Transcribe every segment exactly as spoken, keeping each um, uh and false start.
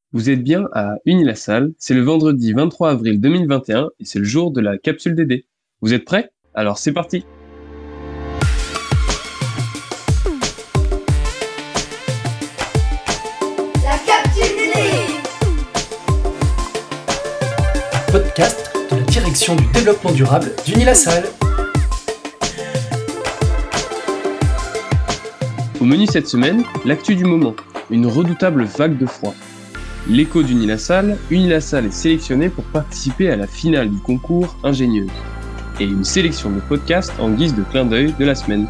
Vous êtes bien à Unilassal, c'est le vendredi vingt-trois avril deux mille vingt et un et c'est le jour de la capsule Dédé. Vous êtes prêts? Alors c'est parti! La capsule Dédé. Podcast de la Direction du développement durable d'Unilassal. Au menu cette semaine, l'actu du moment, une redoutable vague de froid. L'écho d'Unilassal, Unilassal est sélectionné pour participer à la finale du concours Ingénieuse. Et une sélection de podcasts en guise de clin d'œil de la semaine.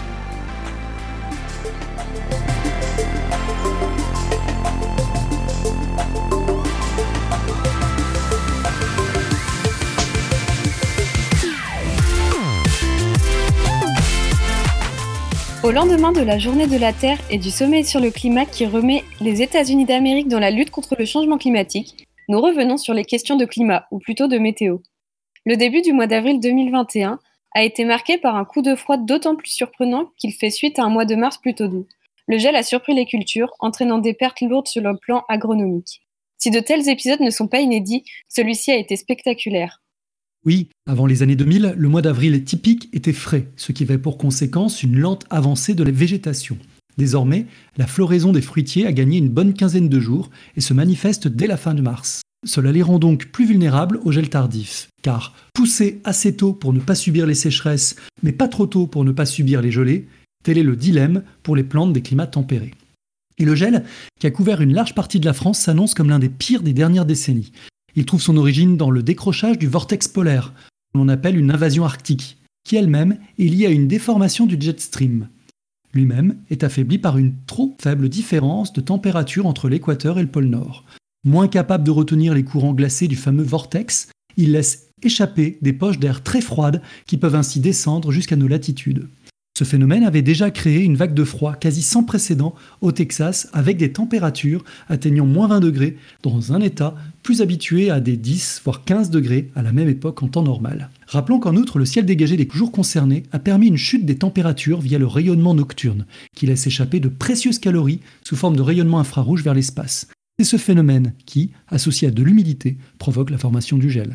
Au lendemain de la Journée de la Terre et du sommet sur le climat qui remet les États-Unis d'Amérique dans la lutte contre le changement climatique, nous revenons sur les questions de climat, ou plutôt de météo. Le début du mois d'avril deux mille vingt et un a été marqué par un coup de froid d'autant plus surprenant qu'il fait suite à un mois de mars plutôt doux. Le gel a surpris les cultures, entraînant des pertes lourdes sur le plan agronomique. Si de tels épisodes ne sont pas inédits, celui-ci a été spectaculaire. Oui, avant les années deux mille, le mois d'avril typique était frais, ce qui avait pour conséquence une lente avancée de la végétation. Désormais, la floraison des fruitiers a gagné une bonne quinzaine de jours et se manifeste dès la fin de mars. Cela les rend donc plus vulnérables au gel tardif, car pousser assez tôt pour ne pas subir les sécheresses, mais pas trop tôt pour ne pas subir les gelées, tel est le dilemme pour les plantes des climats tempérés. Et le gel, qui a couvert une large partie de la France, s'annonce comme l'un des pires des dernières décennies. Il trouve son origine dans le décrochage du vortex polaire, que l'on appelle une invasion arctique, qui elle-même est liée à une déformation du jet stream. Lui-même est affaibli par une trop faible différence de température entre l'équateur et le pôle Nord. Moins capable de retenir les courants glacés du fameux vortex, il laisse échapper des poches d'air très froides qui peuvent ainsi descendre jusqu'à nos latitudes. Ce phénomène avait déjà créé une vague de froid quasi sans précédent au Texas avec des températures atteignant moins vingt degrés dans un état plus habitué à des dix voire quinze degrés à la même époque en temps normal. Rappelons qu'en outre, le ciel dégagé des jours concernés a permis une chute des températures via le rayonnement nocturne qui laisse échapper de précieuses calories sous forme de rayonnement infrarouge vers l'espace. C'est ce phénomène qui, associé à de l'humidité, provoque la formation du gel.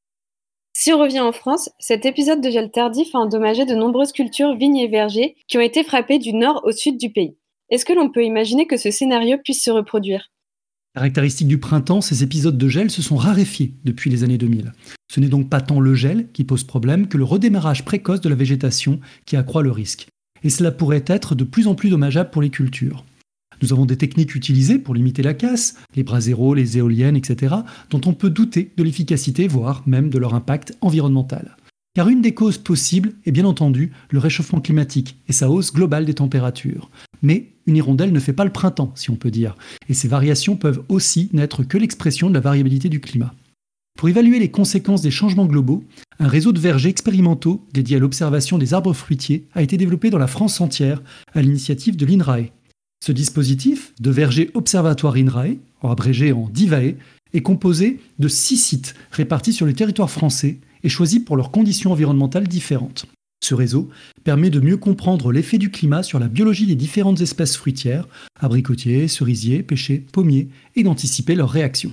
Si on revient en France, cet épisode de gel tardif a endommagé de nombreuses cultures vignes et vergers qui ont été frappés du nord au sud du pays. Est-ce que l'on peut imaginer que ce scénario puisse se reproduire ? Caractéristique du printemps, ces épisodes de gel se sont raréfiés depuis les années deux mille. Ce n'est donc pas tant le gel qui pose problème que le redémarrage précoce de la végétation qui accroît le risque. Et cela pourrait être de plus en plus dommageable pour les cultures. Nous avons des techniques utilisées pour limiter la casse, les braseros, les éoliennes, et cetera, dont on peut douter de l'efficacité, voire même de leur impact environnemental. Car une des causes possibles est bien entendu le réchauffement climatique et sa hausse globale des températures. Mais une hirondelle ne fait pas le printemps, si on peut dire, et ces variations peuvent aussi n'être que l'expression de la variabilité du climat. Pour évaluer les conséquences des changements globaux, un réseau de vergers expérimentaux dédié à l'observation des arbres fruitiers a été développé dans la France entière à l'initiative de l'INRAE. Ce dispositif de verger observatoire INRAE, en abrégé en DIVAE, est composé de six sites répartis sur le territoire français et choisis pour leurs conditions environnementales différentes. Ce réseau permet de mieux comprendre l'effet du climat sur la biologie des différentes espèces fruitières, abricotiers, cerisiers, pêchers, pommiers, et d'anticiper leurs réactions.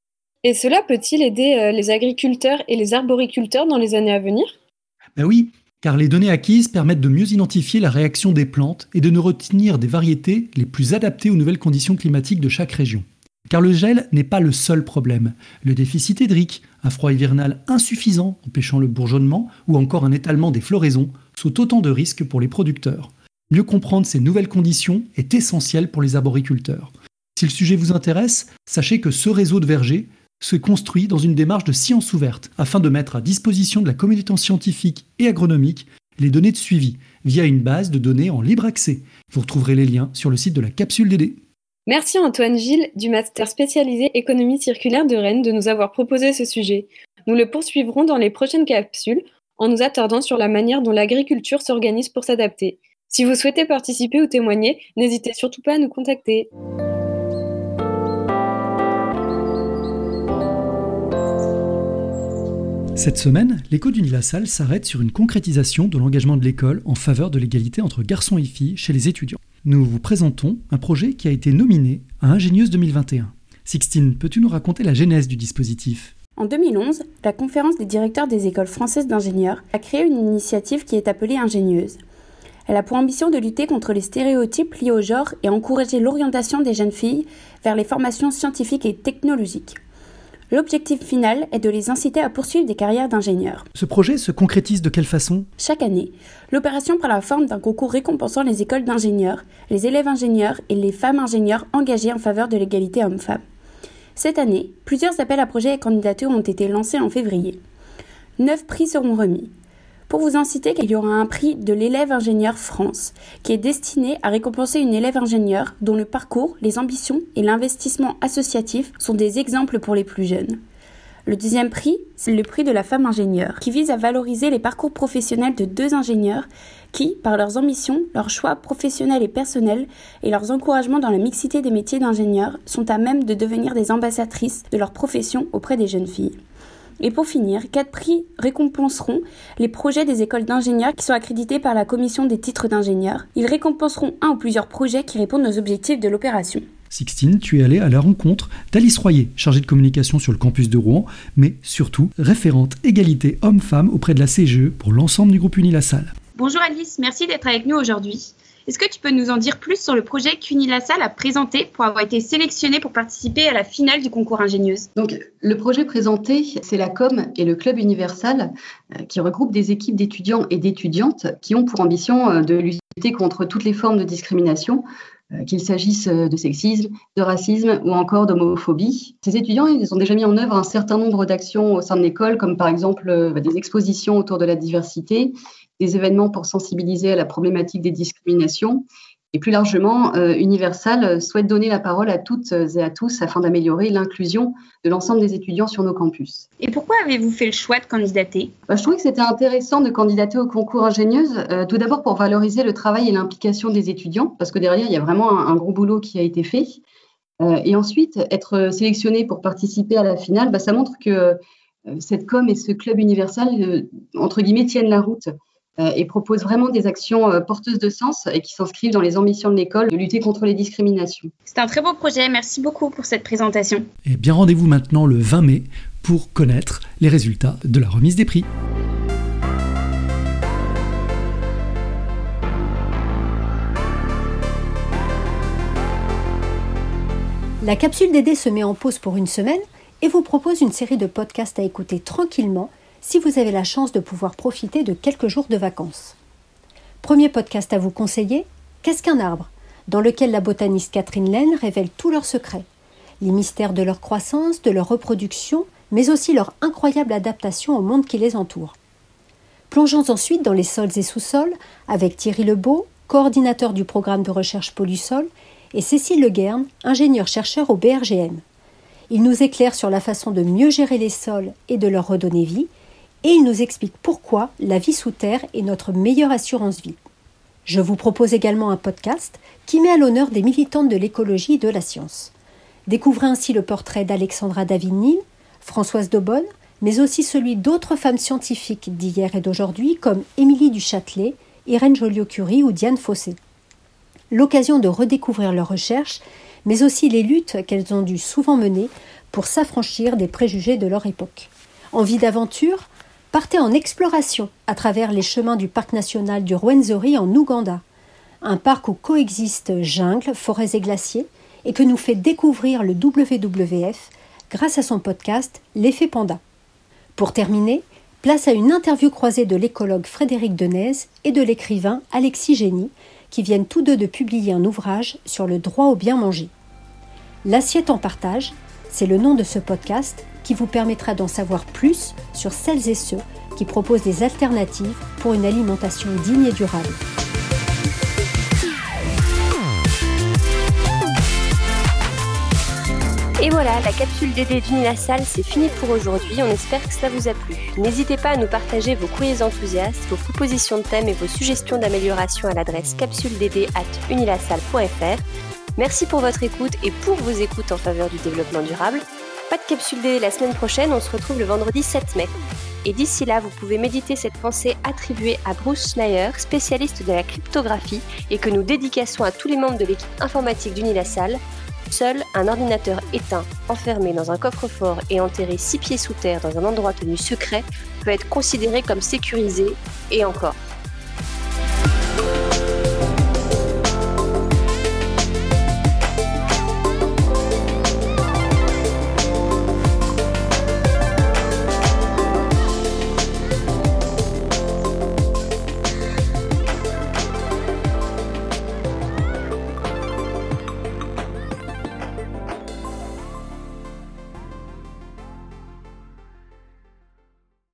Et cela peut-il aider euh, les agriculteurs et les arboriculteurs dans les années à venir ? Ben oui, car les données acquises permettent de mieux identifier la réaction des plantes et de ne retenir des variétés les plus adaptées aux nouvelles conditions climatiques de chaque région. Car le gel n'est pas le seul problème. Le déficit hydrique, un froid hivernal insuffisant empêchant le bourgeonnement ou encore un étalement des floraisons sont autant de risques pour les producteurs. Mieux comprendre ces nouvelles conditions est essentiel pour les arboriculteurs. Si le sujet vous intéresse, sachez que ce réseau de vergers se construit dans une démarche de science ouverte afin de mettre à disposition de la communauté scientifique et agronomique les données de suivi via une base de données en libre accès. Vous retrouverez les liens sur le site de la capsule Dédé. Merci à Antoine Gilles du master spécialisé économie circulaire de Rennes de nous avoir proposé ce sujet. Nous le poursuivrons dans les prochaines capsules en nous attardant sur la manière dont l'agriculture s'organise pour s'adapter. Si vous souhaitez participer ou témoigner, n'hésitez surtout pas à nous contacter. Cette semaine, l'écho d'Unilassal s'arrête sur une concrétisation de l'engagement de l'école en faveur de l'égalité entre garçons et filles chez les étudiants. Nous vous présentons un projet qui a été nominé à Ingénieuse deux mille vingt et un. Sixtine, peux-tu nous raconter la genèse du dispositif ? En deux mille onze, la Conférence des directeurs des écoles françaises d'ingénieurs a créé une initiative qui est appelée Ingénieuse. Elle a pour ambition de lutter contre les stéréotypes liés au genre et encourager l'orientation des jeunes filles vers les formations scientifiques et technologiques. L'objectif final est de les inciter à poursuivre des carrières d'ingénieurs. Ce projet se concrétise de quelle façon ? Chaque année, l'opération prend la forme d'un concours récompensant les écoles d'ingénieurs, les élèves ingénieurs et les femmes ingénieurs engagées en faveur de l'égalité homme-femme. Cette année, plusieurs appels à projets et candidatures ont été lancés en février. Neuf prix seront remis. Pour vous inciter, il y aura un prix de l'élève ingénieur France, qui est destiné à récompenser une élève ingénieure dont le parcours, les ambitions et l'investissement associatif sont des exemples pour les plus jeunes. Le deuxième prix, c'est le prix de la femme ingénieure, qui vise à valoriser les parcours professionnels de deux ingénieurs qui, par leurs ambitions, leurs choix professionnels et personnels et leurs encouragements dans la mixité des métiers d'ingénieurs, sont à même de devenir des ambassadrices de leur profession auprès des jeunes filles. Et pour finir, quatre prix récompenseront les projets des écoles d'ingénieurs qui sont accrédités par la commission des titres d'ingénieurs. Ils récompenseront un ou plusieurs projets qui répondent aux objectifs de l'opération. Sixtine, tu es allée à la rencontre d'Alice Royer, chargée de communication sur le campus de Rouen, mais surtout référente égalité homme-femme auprès de la C G E pour l'ensemble du groupe Unilassal. Bonjour Alice, merci d'être avec nous aujourd'hui. Est-ce que tu peux nous en dire plus sur le projet qu'Unilassal a présenté pour avoir été sélectionné pour participer à la finale du concours Ingénieuse ? Donc, le projet présenté, c'est la com et le club Universal euh, qui regroupe des équipes d'étudiants et d'étudiantes qui ont pour ambition euh, de lutter contre toutes les formes de discrimination, euh, qu'il s'agisse de sexisme, de racisme ou encore d'homophobie. Ces étudiants, ils ont déjà mis en œuvre un certain nombre d'actions au sein de l'école, comme par exemple euh, des expositions autour de la diversité, des événements pour sensibiliser à la problématique des discriminations. Et plus largement, euh, Universal souhaite donner la parole à toutes et à tous afin d'améliorer l'inclusion de l'ensemble des étudiants sur nos campus. Et pourquoi avez-vous fait le choix de candidater ? bah, Je trouvais que c'était intéressant de candidater au concours Ingénieuse, euh, tout d'abord pour valoriser le travail et l'implication des étudiants, parce que derrière, il y a vraiment un, un gros boulot qui a été fait. Euh, et ensuite, être sélectionné pour participer à la finale, bah, ça montre que euh, cette com et ce club Universal, euh, entre guillemets, tiennent la route. Et propose vraiment des actions porteuses de sens et qui s'inscrivent dans les ambitions de l'école de lutter contre les discriminations. C'est un très beau projet, merci beaucoup pour cette présentation. Et bien rendez-vous maintenant le vingt mai pour connaître les résultats de la remise des prix. La capsule Dédé se met en pause pour une semaine et vous propose une série de podcasts à écouter tranquillement si vous avez la chance de pouvoir profiter de quelques jours de vacances. Premier podcast à vous conseiller, Qu'est-ce qu'un arbre ? Dans lequel la botaniste Catherine Laine révèle tous leurs secrets, les mystères de leur croissance, de leur reproduction, mais aussi leur incroyable adaptation au monde qui les entoure. Plongeons ensuite dans les sols et sous-sols avec Thierry Lebeau, coordinateur du programme de recherche Pollusol, et Cécile Leguerne, ingénieure-chercheur au B R G M. Il nous éclaire sur la façon de mieux gérer les sols et de leur redonner vie, et il nous explique pourquoi la vie sous terre est notre meilleure assurance vie. Je vous propose également un podcast qui met à l'honneur des militantes de l'écologie et de la science. Découvrez ainsi le portrait d'Alexandra David-Nil, Françoise Daubonne, mais aussi celui d'autres femmes scientifiques d'hier et d'aujourd'hui comme Émilie du Châtelet, Irène Joliot-Curie ou Diane Fossé. L'occasion de redécouvrir leurs recherches, mais aussi les luttes qu'elles ont dû souvent mener pour s'affranchir des préjugés de leur époque. Envie d'aventure ? Partez en exploration à travers les chemins du parc national du Rwenzori en Ouganda, un parc où coexistent jungle, forêts et glaciers, et que nous fait découvrir le W W F grâce à son podcast L'effet panda. Pour terminer, place à une interview croisée de l'écologue Frédéric Denez et de l'écrivain Alexis Génie, qui viennent tous deux de publier un ouvrage sur le droit au bien manger. L'assiette en partage, c'est le nom de ce podcast qui vous permettra d'en savoir plus sur celles et ceux qui proposent des alternatives pour une alimentation digne et durable. Et voilà, la capsule Dédé d'Unilassal, c'est fini pour aujourd'hui. On espère que cela vous a plu. N'hésitez pas à nous partager vos courriers enthousiastes, vos propositions de thèmes et vos suggestions d'amélioration à l'adresse capsuledédé arobase unilassal point f r. Merci pour votre écoute et pour vos écoutes en faveur du développement durable. Pas de capsule Dédé la semaine prochaine, on se retrouve le vendredi sept mai. Et d'ici là, vous pouvez méditer cette pensée attribuée à Bruce Schneier, spécialiste de la cryptographie, et que nous dédicassons à tous les membres de l'équipe informatique d'Unilassal. Seul un ordinateur éteint, enfermé dans un coffre-fort et enterré six pieds sous terre dans un endroit tenu secret peut être considéré comme sécurisé, et encore.